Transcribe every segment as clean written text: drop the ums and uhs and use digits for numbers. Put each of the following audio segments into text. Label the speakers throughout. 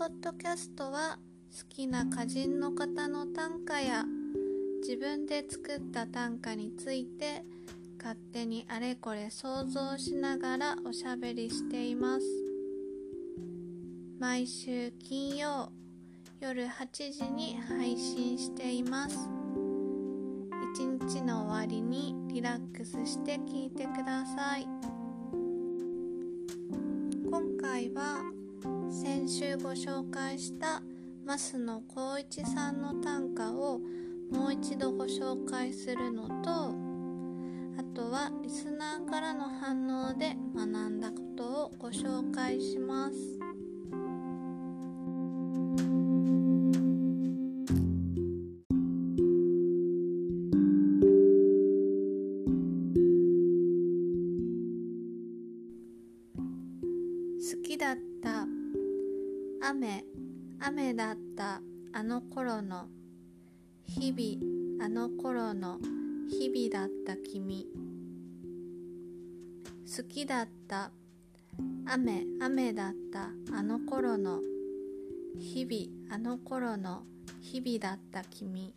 Speaker 1: ッドキャストは好きな歌人の方の短歌や自分で作った短歌について勝手にあれこれ想像しながらおしゃべりしています。毎週金曜夜8時に配信しています。一日の終わりにリラックスして聞いてください。今回は先週ご紹介した増野光一さんの短歌をもう一度ご紹介するのと、あとはリスナーからの反応で学んだことをご紹介します。好きだった雨だったあの頃の日々、あの頃の日々だった君。好きだった雨だったあの頃の日々、あの頃の日々だった君。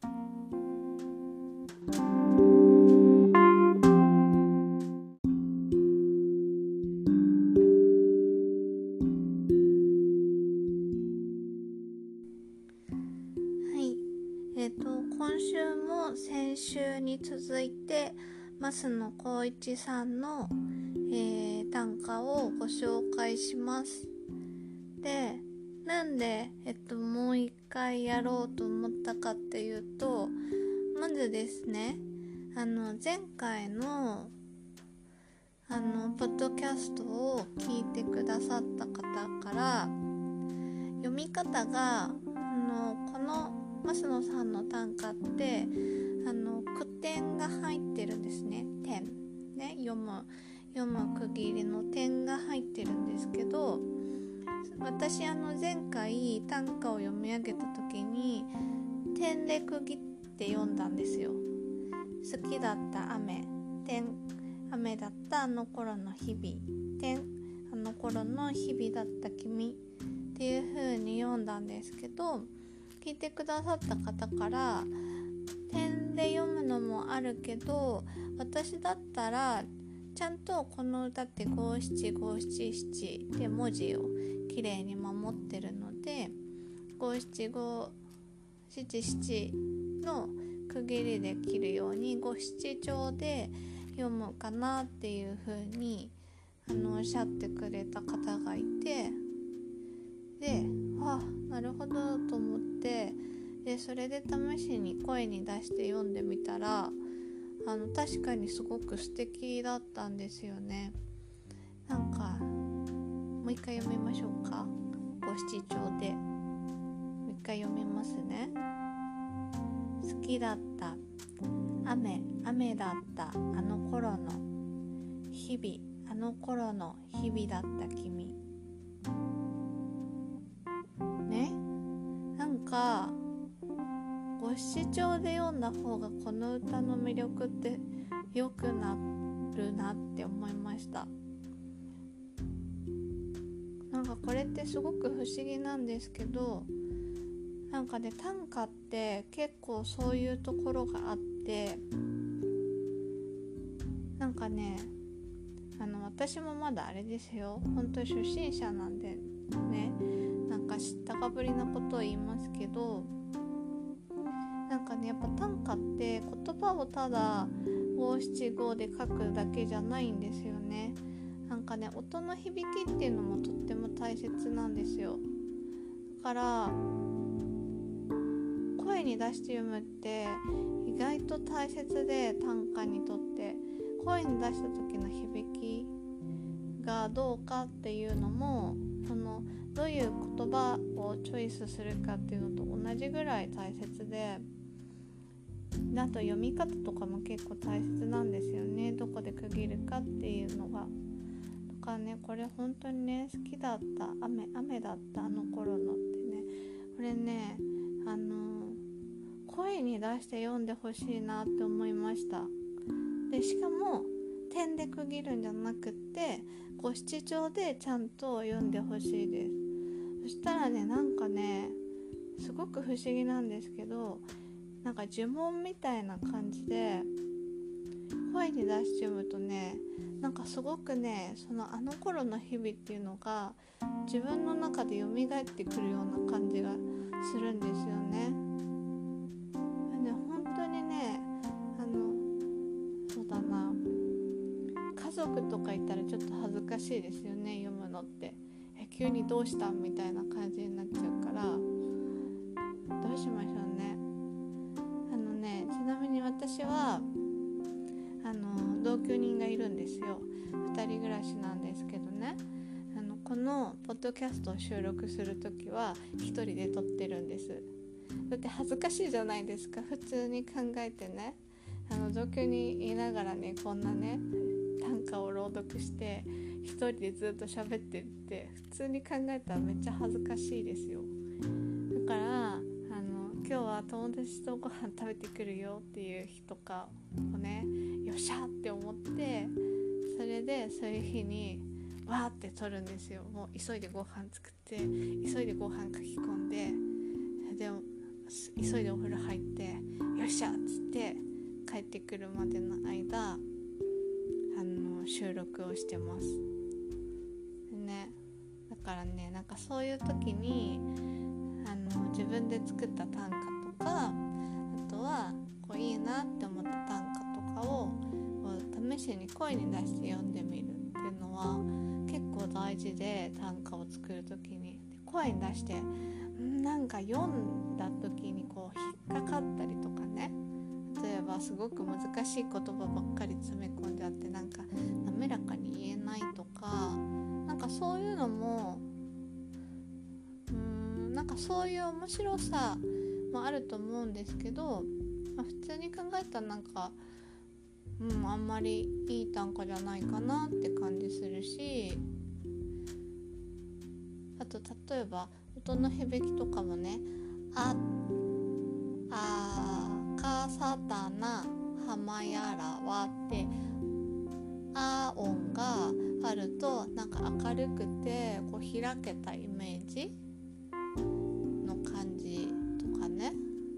Speaker 1: 今週も先週に続いて増野光一さんの、短歌をご紹介します。で、なんで、もう一回やろうと思ったかっていうと、まずですね、前回のポッドキャストを聞いてくださった方から読み方がこの増野さんの短歌って句点が入ってるんですね。点ね、読む区切りの点が入ってるんですけど、私前回短歌を読み上げた時に点で区切って読んだんですよ。好きだった雨、点、雨だったあの頃の日々、点、あの頃の日々だった君っていう風に読んだんですけど、聞いてくださった方から点で読むのもあるけど、私だったらちゃんとこの歌って五七五七七で文字をきれいに守ってるので、五七五七七の区切りで切るように五七調で読むかなっていう風におっしゃってくれた方がいて、で、なるほどと思って、でそれで試しに声に出して読んでみたら確かにすごく素敵だったんですよね。なんかもう一回読みましょうか。五七調でもう一回読みますね。好きだった雨だったあの頃の日々、あの頃の日々だった君ね。なんか五七調で読んだ方がこの歌の魅力って良くなるなって思いました。なんかこれってすごく不思議なんですけど、なんかね、短歌って結構そういうところがあって、なんかね、私もまだあれですよ、本当に初心者なんでね、なんか知ったかぶりなことを言いますけど、なんかね、やっぱ短歌って言葉をただ五七五で書くだけじゃないんですよね。なんかね、音の響きっていうのもとっても大切なんですよ。だから声に出して読むって意外と大切で、短歌にとって声に出した時の響きがどうかっていうのも、どういう言葉をチョイスするかっていうのと同じぐらい大切で、あと読み方とかも結構大切なんですよね。どこで区切るかっていうのが。だからね、これ本当にね、好きだった雨だったあの頃のってね、これね、声に出して読んでほしいなって思いました。でしかも点で区切るんじゃなくって五七調でちゃんと読んでほしいです。 そしたらね、なんかねすごく不思議なんですけど、なんか呪文みたいな感じで声に出して読むとね、なんかすごくね、あの頃の日々っていうのが自分の中で蘇ってくるような感じがするんですよね。本当にね、そうだな、家族とかいたらちょっと恥ずかしいですよね、読むのって。急にどうしたんみたいな感じになっちゃうから、どうしましょうね。ちなみに私は同居人がいるんですよ。2人暮らしなんですけどね、このポッドキャストを収録するときは1人で撮ってるんです。だって恥ずかしいじゃないですか、普通に考えてね。同居にいながらね、こんなね短歌を朗読して1人でずっと喋ってるって普通に考えたらめっちゃ恥ずかしいですよ。だから今日は友達とご飯食べてくるよっていう日とかをね、よっしゃって思って、それでそういう日にわーって撮るんですよ。もう急いでご飯作って急いでご飯書き込んで、で急いでお風呂入ってよっしゃっつって帰ってくるまでの間収録をしてます。でね、だからね、なんかそういう時に自分で作った短歌とか、あとはこういいなって思った短歌とかを試しに声に出して読んでみるっていうのは結構大事で、短歌を作る時に声に出してなんか読んだ時にこう引っかかったりとかね、例えばすごく難しい言葉ばっかり詰め込んじゃってなんか滑らかに言えないとか、なんかそういうのもなんかそういう面白さもあると思うんですけど、普通に考えたらなんかあんまりいい短歌じゃないかなって感じするし、あと例えば音の響きとかもね、あかさたなはまやらわって音があるとなんか明るくてこう開けたイメージの感じとかね、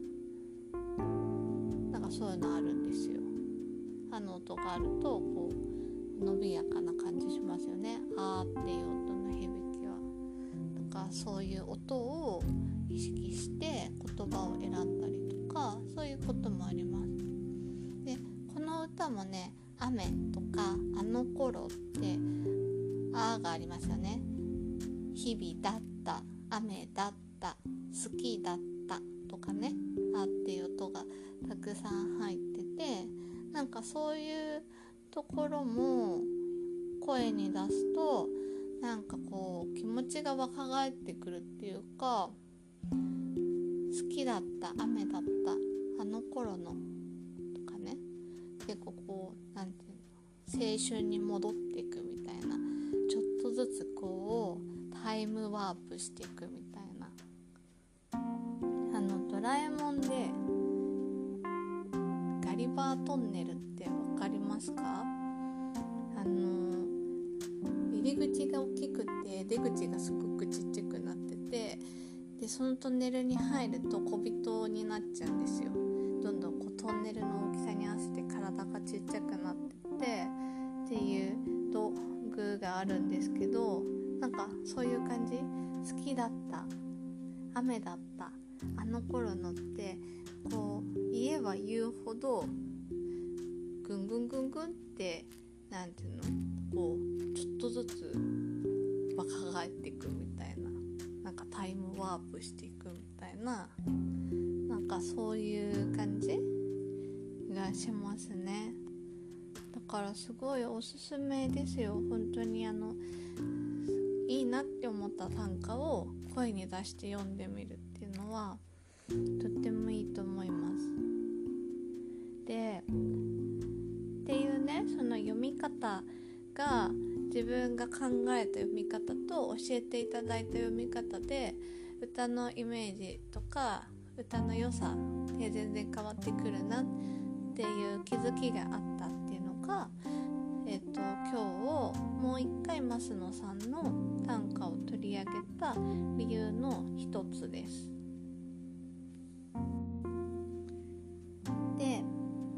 Speaker 1: なんかそういうのあるんですよ。音があるとこう伸びやかな感じしますよね。っていう音の響きは。だからそういう音を意識して言葉を選んだりとか、そういうこともあります。で、この歌もね、雨とかあの頃ってがありますよね。日々だった、雨だった、好きだったとかね、っていう音がたくさん入ってて、なんかそういうところも声に出すとなんかこう気持ちが若返ってくるっていうか、好きだった、雨だった、あの頃のとかね、結構こうなんていうの、青春に戻っていくみたいな、ちょっとずつこうタイムワープしていくみたいな。ドラえもんでガリバートンネルってわかりますか？入り口が大きくて出口がすごくちっちゃくなってて、でそのトンネルに入ると小人になっちゃうんですよ。どんどんこうトンネルの大きさに合わせて体がちっちゃくなってってっていう道具があるんですけど、なんかそういう感じ。好きだった、雨だった、あの頃のってこう言えば言うほどぐんぐんぐんぐんってなんていうの、こうちょっとずつ若返っていくみたいな、なんかタイムワープしていくみたいな、なんかそういう感じがしますね。だからすごいおすすめですよ。本当にいいなって思った短歌を声に出して読んでみるっていうのはとってもいいと思います。でっていうね、その読み方が自分が考えた読み方と教えていただいた読み方で歌のイメージとか歌の良さで全然変わってくるなっていう気づきがあったっていうのが、 今日もう一回増野さんの短歌を取り上げた理由の一つです。で、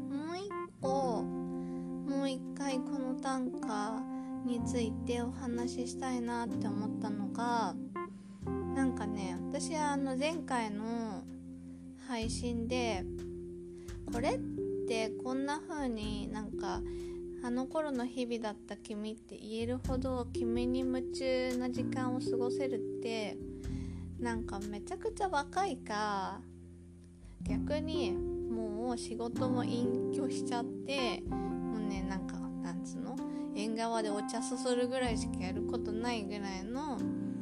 Speaker 1: もう一回この短歌についてお話ししたいなって思ったのが、なんかね、私は前回の配信でこれってこんな風になんかあの頃の日々だった君って言えるほど君に夢中な時間を過ごせるってなんかめちゃくちゃ若いか、逆にもう仕事も隠居しちゃってもうね、なんつうの、縁側でお茶すするぐらいしかやることないぐらいの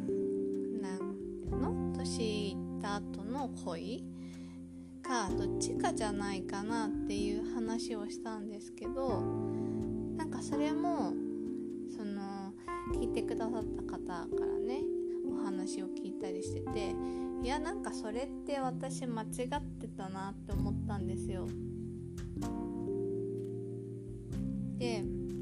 Speaker 1: 年いった後の恋かどっちかじゃないかなっていう話をしたんですけど、なんかそれも聞いてくださった方からねお話を聞いたりしてて、いやなんかそれって私間違ってたなって思ったんですよ。で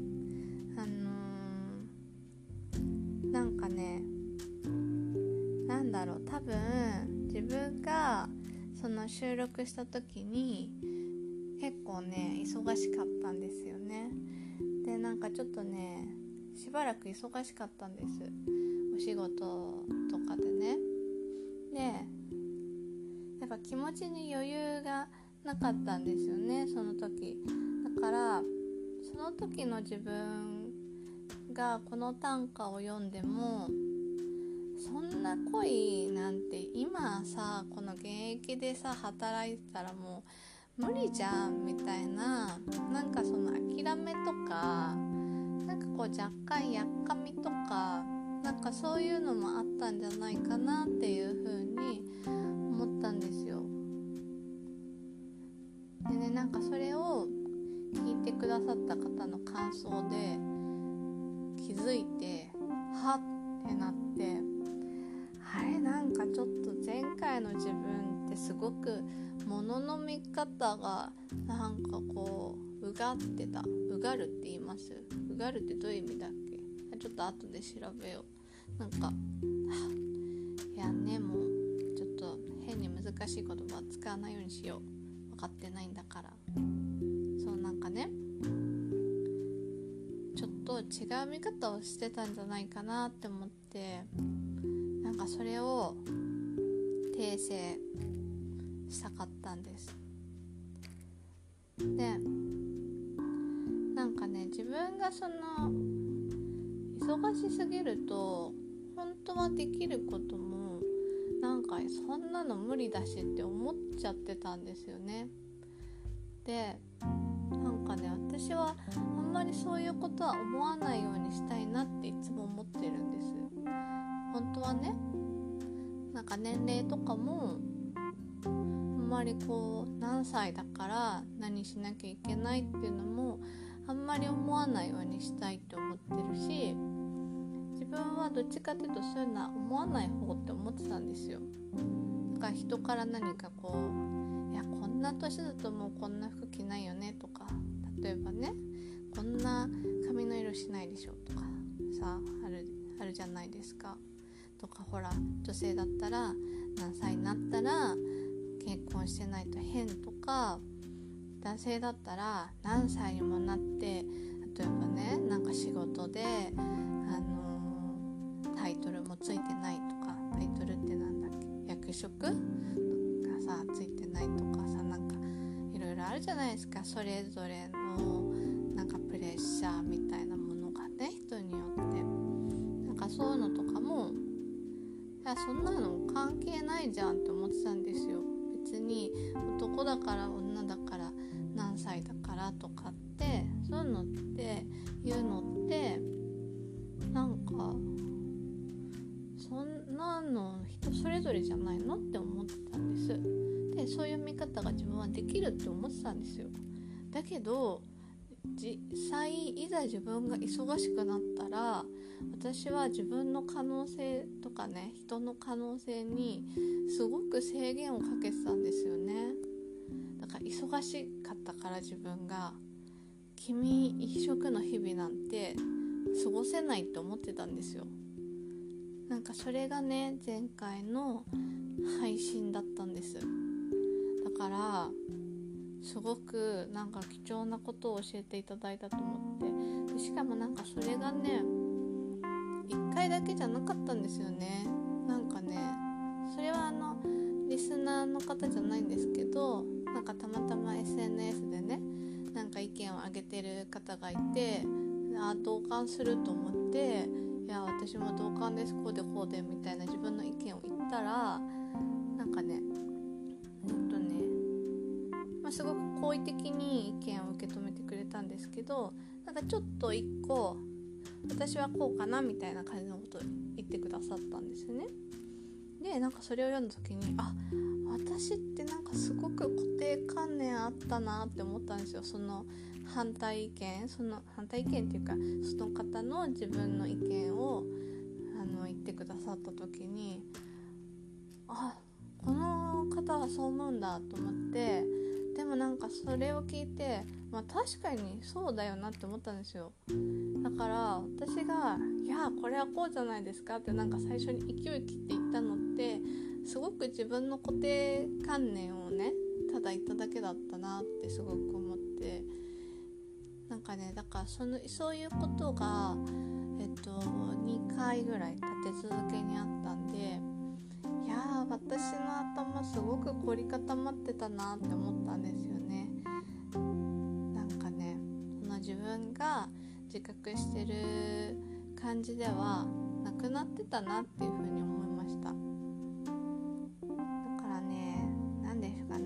Speaker 1: なんかね、なんだろう、多分自分がその収録した時に結構ね忙しかったんですよね。でなんかちょっとねしばらく忙しかったんです、お仕事とかでね。でやっぱ気持ちに余裕がなかったんですよね、その時。だからその時の自分がこの短歌を読んでも、そんな恋なんて今さこの現役でさ働いてたらもう無理じゃんみたいな、なんかその諦めとかなんかこう若干やっかみとかなんかそういうのもあったんじゃないかなっていう風に思ったんですよ。でね、なんかそれを聞いてくださった方の感想で気づいてはってなって、あれなんかちょっと前回の自分ってすごく物の見方がなんかこううがってた。うがるって言います？うがるってどういう意味だっけ？ちょっと後で調べよう。なんかいやね、もうちょっと変に難しい言葉使わないようにしよう。分かってないんだから。そうなんかね、ちょっと違う見方をしてたんじゃないかなって思って、なんかそれを訂正したかったんです。でなんかね、自分がその忙しすぎると本当はできることもなんかそんなの無理だしって思っちゃってたんですよね。でなんかね、私はあんまりそういうことは思わないようにしたいなっていつも思ってるんです。本当はね、なんか年齢とかもあんまりこう何歳だから何しなきゃいけないっていうのもあんまり思わないようにしたいって思ってるし、自分はどっちかというとそういうのは思わない方って思ってたんですよ。だから人から何かこう、いやこんな年だともうこんな服着ないよねとか、例えばねこんな髪の色しないでしょとかさ、あるじゃないですか。とかほら、女性だったら何歳になったら結婚してないと変とか、男性だったら何歳にもなって例えばね、なんか仕事でタイトルもついてないとか、タイトルってなんだっけ、役職がさついてないとかさ、なんかいろいろあるじゃないですか。それぞれのなんかプレッシャーみたいなものがね、人によってなんかそういうのとかも、いやそんなの関係ないじゃんって思ってたんですよ。別に男だから女だから何歳だからとかって、そういうのって言うのってなんかそんなの人それぞれじゃないのって思ってたんです。でそういう見方が自分はできるって思ってたんですよ。だけど実際いざ自分が忙しくなったら、私は自分の可能性とかね、人の可能性にすごく制限をかけてたんですよね。だから忙しかったから自分が君一色の日々なんて過ごせないって思ってたんですよ。なんかそれがね前回の配信だったんです。だからすごくなんか貴重なことを教えていただいたと思って、でしかもなんかそれがね1回だけじゃなかったんですよね。なんかねそれはリスナーの方じゃないんですけど、なんかたまたま SNS でねなんか意見を上げてる方がいて、同感すると思って、いや私も同感です、こうでこうでみたいな自分の意見を言ったら、なんかねすごく好意的に意見を受け止めてくれたんですけど、なんかちょっと一個私はこうかなみたいな感じのことを言ってくださったんですよね。でなんかそれを読んだ時に私ってなんかすごく固定観念あったなって思ったんですよ。その反対意見っていうか、その方の自分の意見を言ってくださった時に、この方はそう思うんだと思って、でもなんかそれを聞いて、確かにそうだよなって思ったんですよ。だから私がいやこれはこうじゃないですかってなんか最初に勢い切って言ったのってすごく自分の固定観念をねただ言っただけだったなってすごく思って、なんかねだからそういうことが2回ぐらい立て続けにあったんで、いや私の頭すごく凝り固まってたなって思ったんですよね。なんかねその自分が自覚してる感じではなくなってたなっていうふうに思いました。だからね何ですか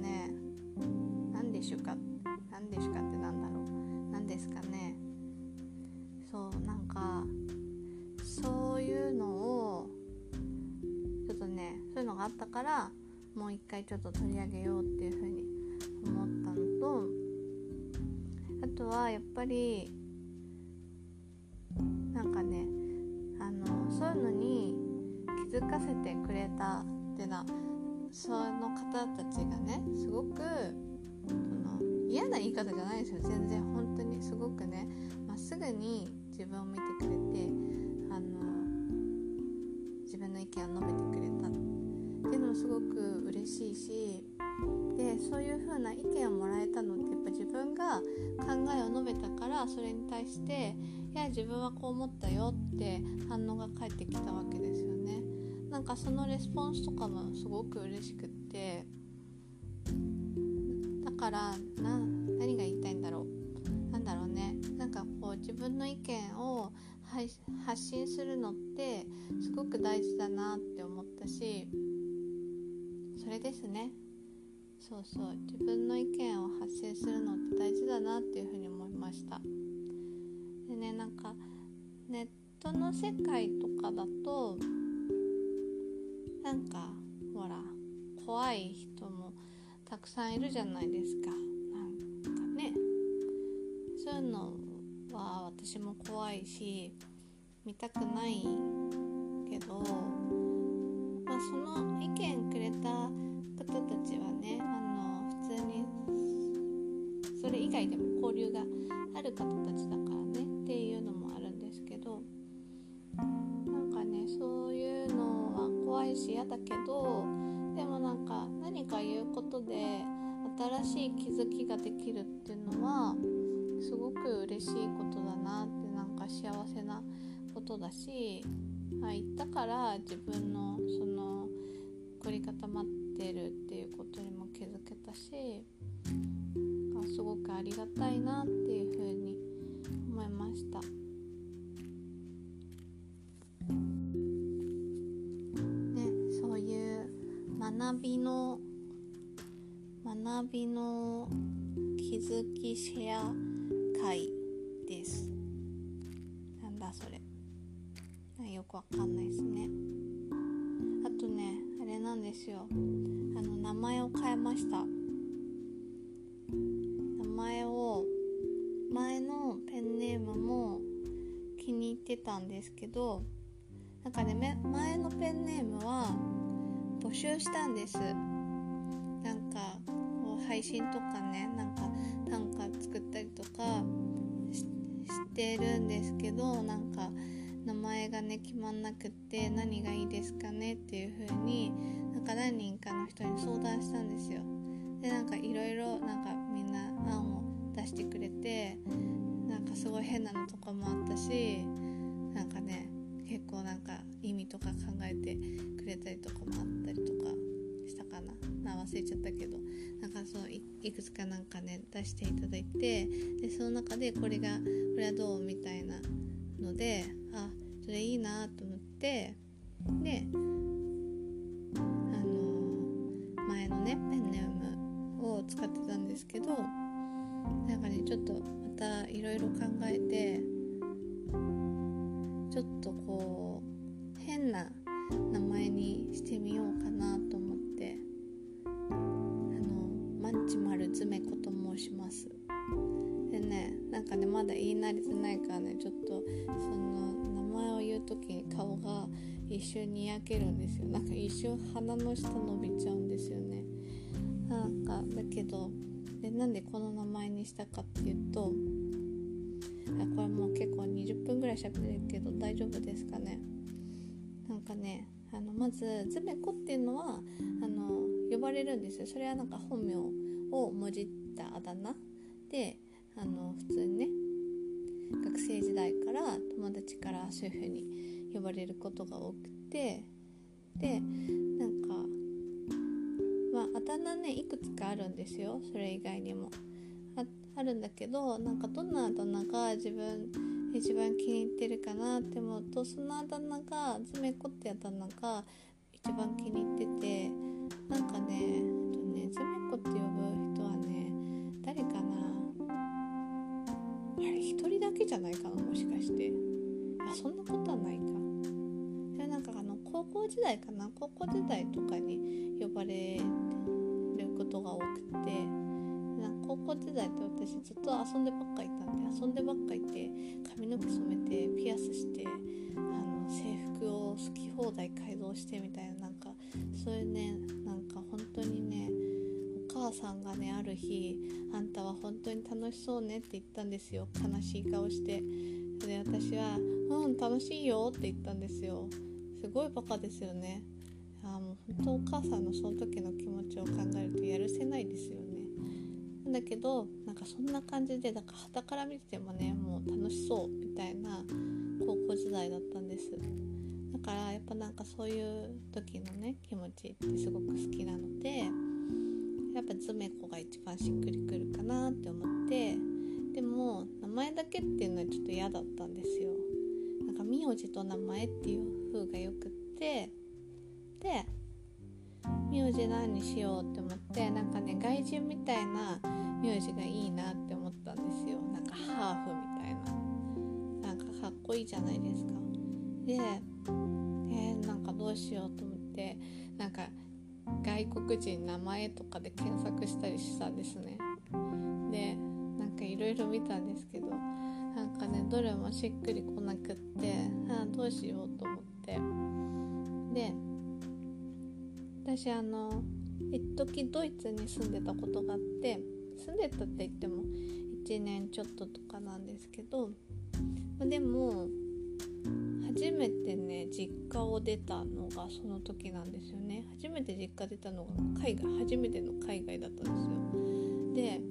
Speaker 1: って何ですかね、そうなんかそういうのをちょっとねそういうのがあったからもう一回ちょっと取り上げようっていうふうに思ったのと、あとはやっぱりなんかねそういうのに気づかせてくれたっていうのは、その方たちがねすごく嫌な言い方じゃないですよ、全然本当にすごくねまっすぐに自分を見てくれて自分の意見を述べてくれたっていうのもすごく嬉しいし、でそういう風な意見をもらえたのってやっぱ自分が考えを述べたから、それに対していや自分はこう思ったよって反応が返ってきたわけですよね。なんかそのレスポンスとかもすごく嬉しくって、だから何が言いたいんだろう、なんだろうね、なんかこう自分の意見を発信するのってすごく大事だなって思ったし、それですね、そう自分の意見を発信するのって大事だなっていうふうに思いました。でね、なんかネットの世界とかだとなんかほら怖い人もたくさんいるじゃないですか。なんかねそういうのは私も怖いし見たくないけど、その意見くれた方たちはね普通にそれ以外でも交流がある方たちだからねっていうのもあるんですけど、なんかねそういうのは怖いし嫌だけど、でもなんか何か言うことで新しい気づきができるっていうのはすごく嬉しいことだなって、なんか幸せなことだし、言ったから自分のその凝り固まってるっていうことにも気づけたし、すごくありがたいなっていうふうに思いました。ね、そういう学びの気づきシェア会です。なんだそれ、よくわかんないですね。あとねあれなんですよ、名前を変えました。名前を前のペンネームも気に入ってたんですけど、なんかね前のペンネームは募集したんです。なんかこう配信とかね、なんか短歌作ったりとかてるんですけど、なんか名前がね決まんなくって何がいいですかねっていう風になんか何人かの人に相談したんですよ。でなんかいろいろなんかみんな案を出してくれて、なんかすごい変なのとかもあったし、なんかね結構なんか意味とか考えてくれたりとかもあったりとかしたかな、忘れちゃったけど、なんかそう いくつかなんかね出していただいて、でその中でこれはどうみたいなので、それいいなと思って、で前のねペンネームを使ってたんですけど、なんかねちょっとまたいろいろ考えて、ちょっとこう変な名前にしてみようかなと思って、マンチマルズメコと申します。でね、なんかねまだ言い慣れてないからね、ちょっとその名前を言うときに顔が一瞬にやけるんですよ。なんか一瞬鼻の下伸びちゃうんですよね。なんかだけどで、なんでこの名前にしたかっていうと、これもう結構20分ぐらい喋ってるけど大丈夫ですかね。なんかねまずズメコっていうのは呼ばれるんですよ。それはなんか本名をもじったあだ名で、普通にね学生時代から友達からそういう風に呼ばれることが多くて、でなんかあだ名ねいくつかあるんですよ。それ以外にもあるんだけど、なんかどんなあだ名が自分一番気に入ってるかなって思うと、そのあだ名がズメコってあだ名が一番気に入ってて、なんかねズメコって呼ぶ人はね誰かな、あれ一人だけじゃないかな、もしかして。そんなことはないか。でなんか高校時代かな、高校時代とかに呼ばれることが多くて、高校時代って私ずっと遊んでばっかいたんで、遊んでばっかいて髪の毛染めてピアスして制服を好き放題改造してみたいな、なんかそういうね、なんか本当にね、お母さんがねある日あんたは本当に楽しそうねって言ったんですよ。悲しい顔して。で私は楽しいよって言ったんですよ。すごいバカですよね。もう本当お母さんのその時の気持ちを考えるとやるせないですよね。だけどなんかそんな感じで、だから傍から見ててもねもう楽しそうみたいな高校時代だったんです。だからやっぱなんかそういう時のね気持ちってすごく好きなので、やっぱズメコが一番しっくりくるかなって思って、でも名前だけっていうのはちょっと嫌だったんですよ。なんか名字と名前っていう風がよくって、で名字何にしようって思って、なんかね外人みたいな名字がいいなって思ったんですよ。なんかハーフみたいな、なんかかっこいいじゃないですか。で、なんかどうしようと思って、なんか外国人名前とかで検索したりしたんですね。でなんかいろいろ見たんですけど、なんかねどれもしっくりこなくって、どうしようと思って、で私一時ドイツに住んでたことがあって、住んでたって言っても1年ちょっととかなんですけど、でも初めてね実家を出たのがその時なんですよね。初めて実家出たのが初めての海外だったんですよ。で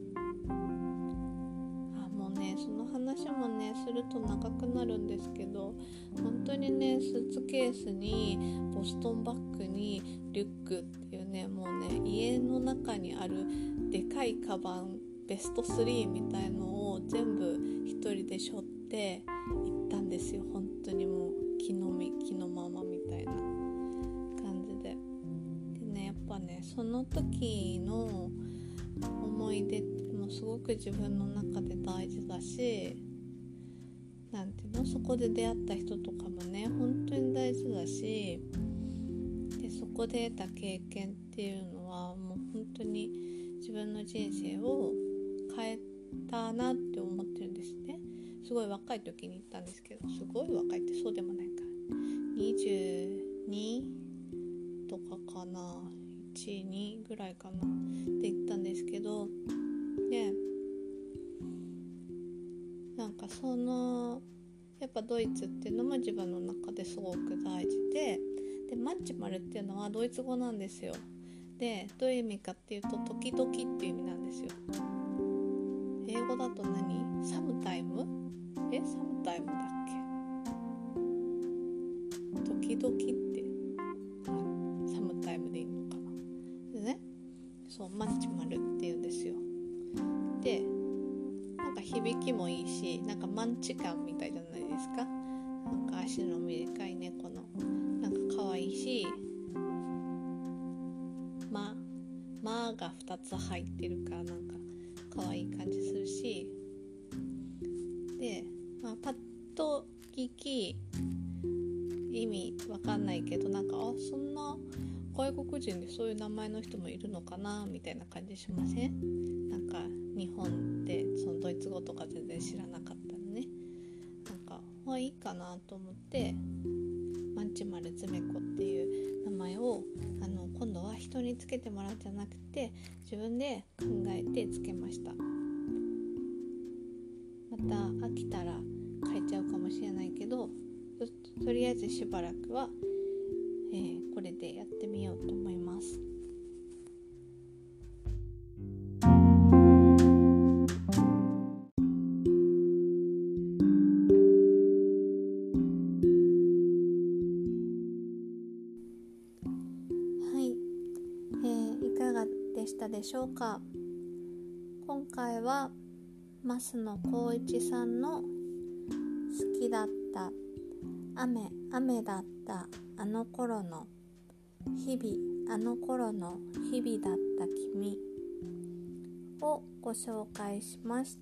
Speaker 1: もうねその話もねすると長くなるんですけど、本当にねスーツケースにボストンバッグにリュックっていうね、もうね家の中にあるでかいカバンベスト3みたいのを全部一人で背負って行ったんですよ。本当にもう気のままみたいな感じで。でねやっぱねその時の思い出もすごく自分の中で大事だし、なんていうの、そこで出会った人とかもね本当に大事だし、でそこで得た経験っていうのはもう本当に自分の人生を変えたなって思ってるんですね。すごい若い時に行ったんですけど、すごい若いってそうでもないか、22とかかな、12ぐらいかなで行ったんですけど、でなんかかやっぱドイツっていうのも自分の中ですごく大事で、マッチマルっていうのはドイツ語なんですよ。でどういう意味かっていうと時々っていう意味なんですよ。英語だと何？サムタイム？サムタイムだっけ？時々ってサムタイムでいいのかな。でね、そうマッチマルっていうんですよ。でなんか響きもいいし、なんかマンチ感みたいじゃないですか。なんか足の短い猫のなんか可愛いし、まが2つ入ってるからなんか可愛い感じするし、で、パッと聞き意味わかんないけど、なんかそんな外国人でそういう名前の人もいるのかなみたいな感じしません？なんか日本でそのドイツ語とか全然知らなかったらね、なんかいいかなと思ってマンチマルズメコっていう名前を今度は人につけてもらうんじゃなくて自分で考えてつけました。また飽きたら変えちゃうかもしれないけど、とりあえずしばらくは、これでやってみようと思います。はい、いかがでしたでしょうか。今回は増野光一さんの好きだった雨だったあの頃の日々、あの頃の日々だった君をご紹介しました。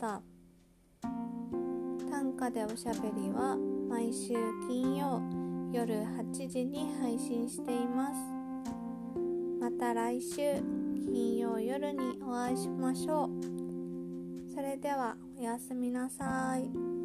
Speaker 1: 短歌でおしゃべりは毎週金曜夜8時に配信しています。また来週金曜夜にお会いしましょう。それではおやすみなさい。